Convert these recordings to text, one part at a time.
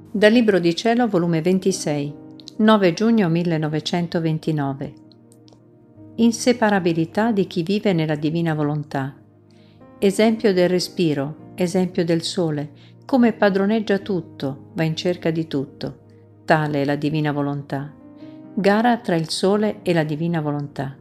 Dal Libro di Cielo, volume 26, 9 giugno 1929. Inseparabilità di chi vive nella divina volontà. Esempio del respiro, esempio del sole, come padroneggia tutto, va in cerca di tutto. Tale è la divina volontà. Gara tra il sole e la divina volontà.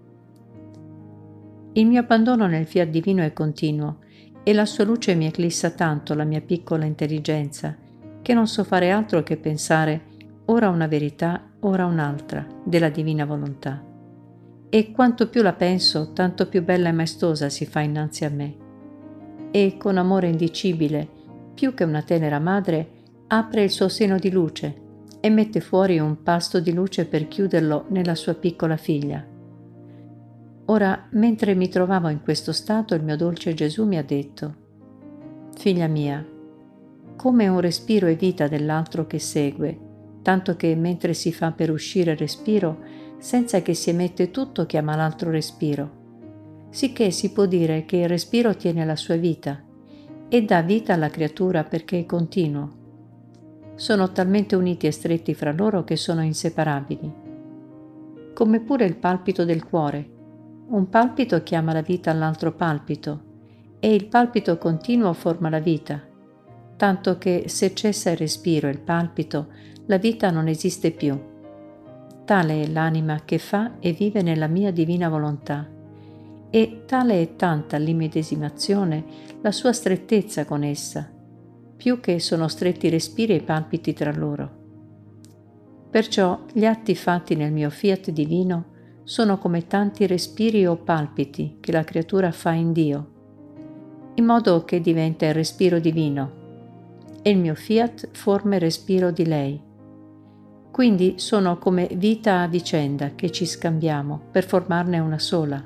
Il mio abbandono nel fiat divino è continuo e la sua luce mi eclissa tanto la mia piccola intelligenza che non so fare altro che pensare ora una verità, ora un'altra della divina volontà. E quanto più la penso, tanto più bella e maestosa si fa innanzi a me. E con amore indicibile, più che una tenera madre, apre il suo seno di luce e mette fuori un pasto di luce per chiuderlo nella sua piccola figlia. Ora, mentre mi trovavo in questo stato, il mio dolce Gesù mi ha detto: «Figlia mia, come un respiro è vita dell'altro che segue, tanto che mentre si fa per uscire il respiro, senza che si emette tutto chiama l'altro respiro, sicché si può dire che il respiro tiene la sua vita e dà vita alla creatura perché è continuo. Sono talmente uniti e stretti fra loro che sono inseparabili. Come pure il palpito del cuore. Un palpito chiama la vita all'altro palpito e il palpito continuo forma la vita, tanto che se cessa il respiro e il palpito, la vita non esiste più. Tale è l'anima che fa e vive nella mia divina volontà, e tale è tanta l'immedesimazione, la sua strettezza con essa, più che sono stretti i respiri e i palpiti tra loro. Perciò gli atti fatti nel mio fiat divino sono come tanti respiri o palpiti che la creatura fa in Dio, in modo che diventa il respiro divino, e il mio fiat forma il respiro di lei. Quindi sono come vita a vicenda che ci scambiamo per formarne una sola.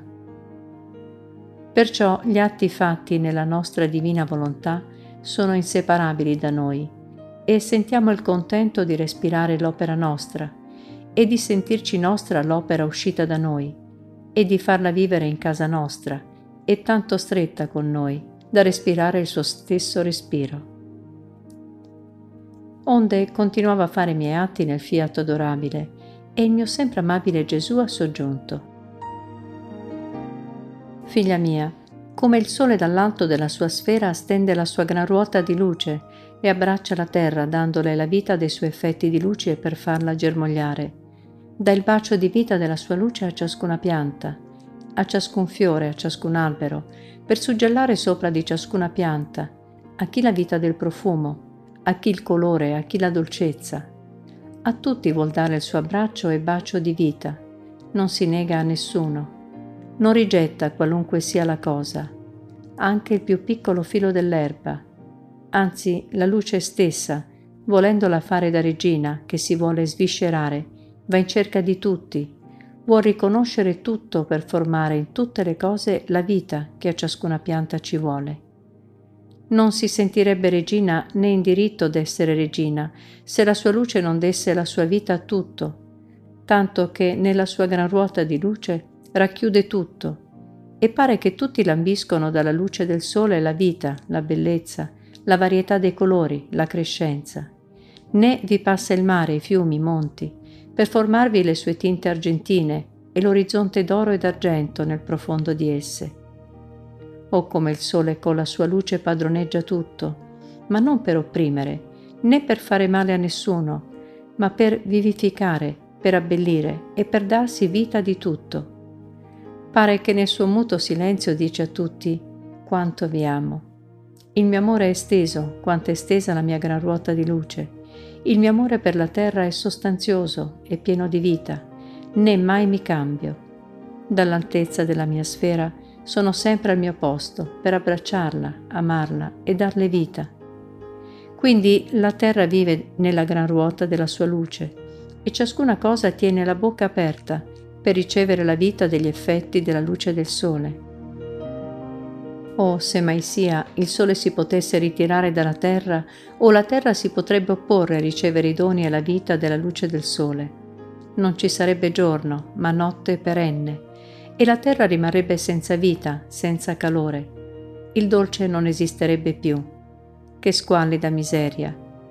Perciò gli atti fatti nella nostra divina volontà sono inseparabili da noi e sentiamo il contento di respirare l'opera nostra e di sentirci nostra l'opera uscita da noi e di farla vivere in casa nostra e tanto stretta con noi da respirare il suo stesso respiro. Onde continuavo a fare i miei atti nel fiat adorabile e il mio sempre amabile Gesù ha soggiunto: «Figlia mia, come il sole dall'alto della sua sfera stende la sua gran ruota di luce e abbraccia la terra dandole la vita dei suoi effetti di luce per farla germogliare, dà il bacio di vita della sua luce a ciascuna pianta, a ciascun fiore, a ciascun albero, per suggellare sopra di ciascuna pianta, a chi la vita del profumo, a chi il colore, a chi la dolcezza. A tutti vuol dare il suo abbraccio e bacio di vita, non si nega a nessuno, non rigetta qualunque sia la cosa, anche il più piccolo filo dell'erba, anzi la luce stessa, volendola fare da regina che si vuole sviscerare, va in cerca di tutti, vuol riconoscere tutto per formare in tutte le cose la vita che a ciascuna pianta ci vuole. Non si sentirebbe regina né in diritto d'essere regina se la sua luce non desse la sua vita a tutto, tanto che nella sua gran ruota di luce racchiude tutto e pare che tutti lambiscono dalla luce del sole la vita, la bellezza, la varietà dei colori, la crescenza. Né vi passa il mare, i fiumi, i monti, per formarvi le sue tinte argentine e l'orizzonte d'oro e d'argento nel profondo di esse. Oh, come il sole con la sua luce padroneggia tutto, ma non per opprimere, né per fare male a nessuno, ma per vivificare, per abbellire e per darsi vita di tutto. Pare che nel suo muto silenzio dice a tutti: quanto vi amo. Il mio amore è esteso, quanto è estesa la mia gran ruota di luce. Il mio amore per la terra è sostanzioso e pieno di vita, né mai mi cambio. Dall'altezza della mia sfera sono sempre al mio posto per abbracciarla, amarla e darle vita. Quindi la terra vive nella gran ruota della sua luce e ciascuna cosa tiene la bocca aperta per ricevere la vita degli effetti della luce del sole. Oh, se mai sia il sole si potesse ritirare dalla terra o la terra si potrebbe opporre a ricevere i doni e la vita della luce del sole. Non ci sarebbe giorno, ma notte perenne, e la terra rimarrebbe senza vita, senza calore. Il dolce non esisterebbe più. Che squallida miseria!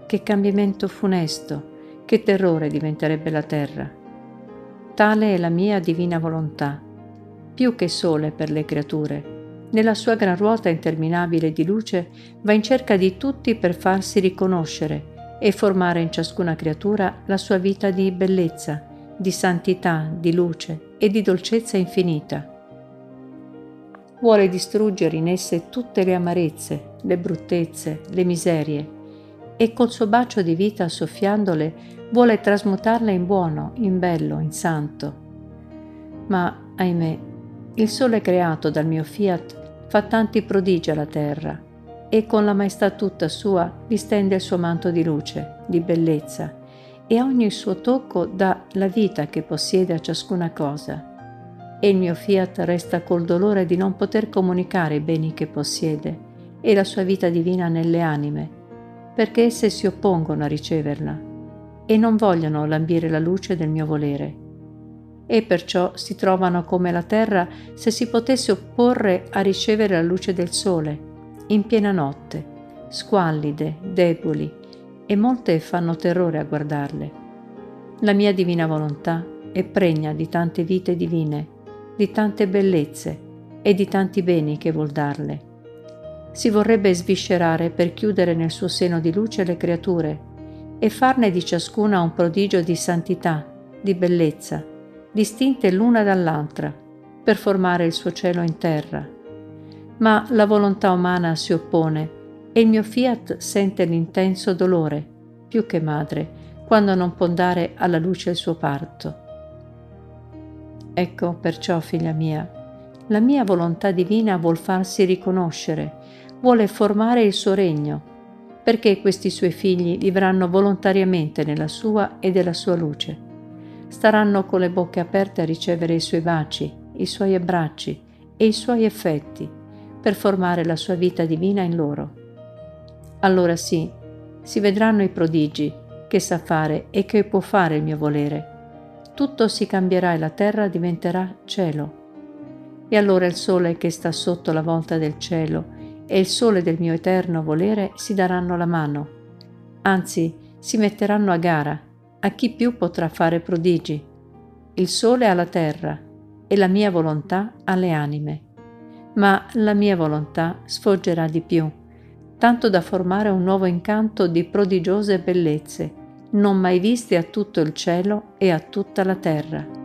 che cambiamento funesto, che terrore diventerebbe la terra. Tale è la mia divina volontà, più che sole per le creature. Nella sua gran ruota interminabile di luce va in cerca di tutti per farsi riconoscere e formare in ciascuna creatura la sua vita di bellezza, di santità, di luce e di dolcezza infinita. Vuole distruggere in esse tutte le amarezze, le bruttezze, le miserie e col suo bacio di vita soffiandole vuole trasmutarle in buono, in bello, in santo. Ma, ahimè, il sole creato dal mio fiat fa tanti prodigi alla terra e con la maestà tutta sua vi stende il suo manto di luce, di bellezza e a ogni suo tocco dà la vita che possiede a ciascuna cosa. E il mio fiat resta col dolore di non poter comunicare i beni che possiede e la sua vita divina nelle anime, perché esse si oppongono a riceverla e non vogliono lambire la luce del mio volere. E perciò si trovano come la terra se si potesse opporre a ricevere la luce del sole, in piena notte, squallide, deboli, e molte fanno terrore a guardarle. La mia divina volontà è pregna di tante vite divine, di tante bellezze e di tanti beni che vuol darle. Si vorrebbe sviscerare per chiudere nel suo seno di luce le creature e farne di ciascuna un prodigio di santità, di bellezza, distinte l'una dall'altra, per formare il suo cielo in terra. Ma la volontà umana si oppone e il mio fiat sente l'intenso dolore, più che madre, quando non può dare alla luce il suo parto. Ecco perciò, figlia mia, la mia volontà divina vuol farsi riconoscere, vuole formare il suo regno, perché questi suoi figli vivranno volontariamente nella sua e della sua luce. Staranno con le bocche aperte a ricevere i suoi baci, i suoi abbracci e i suoi effetti, per formare la sua vita divina in loro. Allora sì, si vedranno i prodigi che sa fare e che può fare il mio volere. Tutto si cambierà e la terra diventerà cielo. E allora il sole che sta sotto la volta del cielo e il sole del mio eterno volere si daranno la mano, anzi si metteranno a gara a chi più potrà fare prodigi, il sole alla terra e la mia volontà alle anime. Ma la mia volontà sfoggerà di più, tanto da formare un nuovo incanto di prodigiose bellezze, non mai viste a tutto il cielo e a tutta la terra.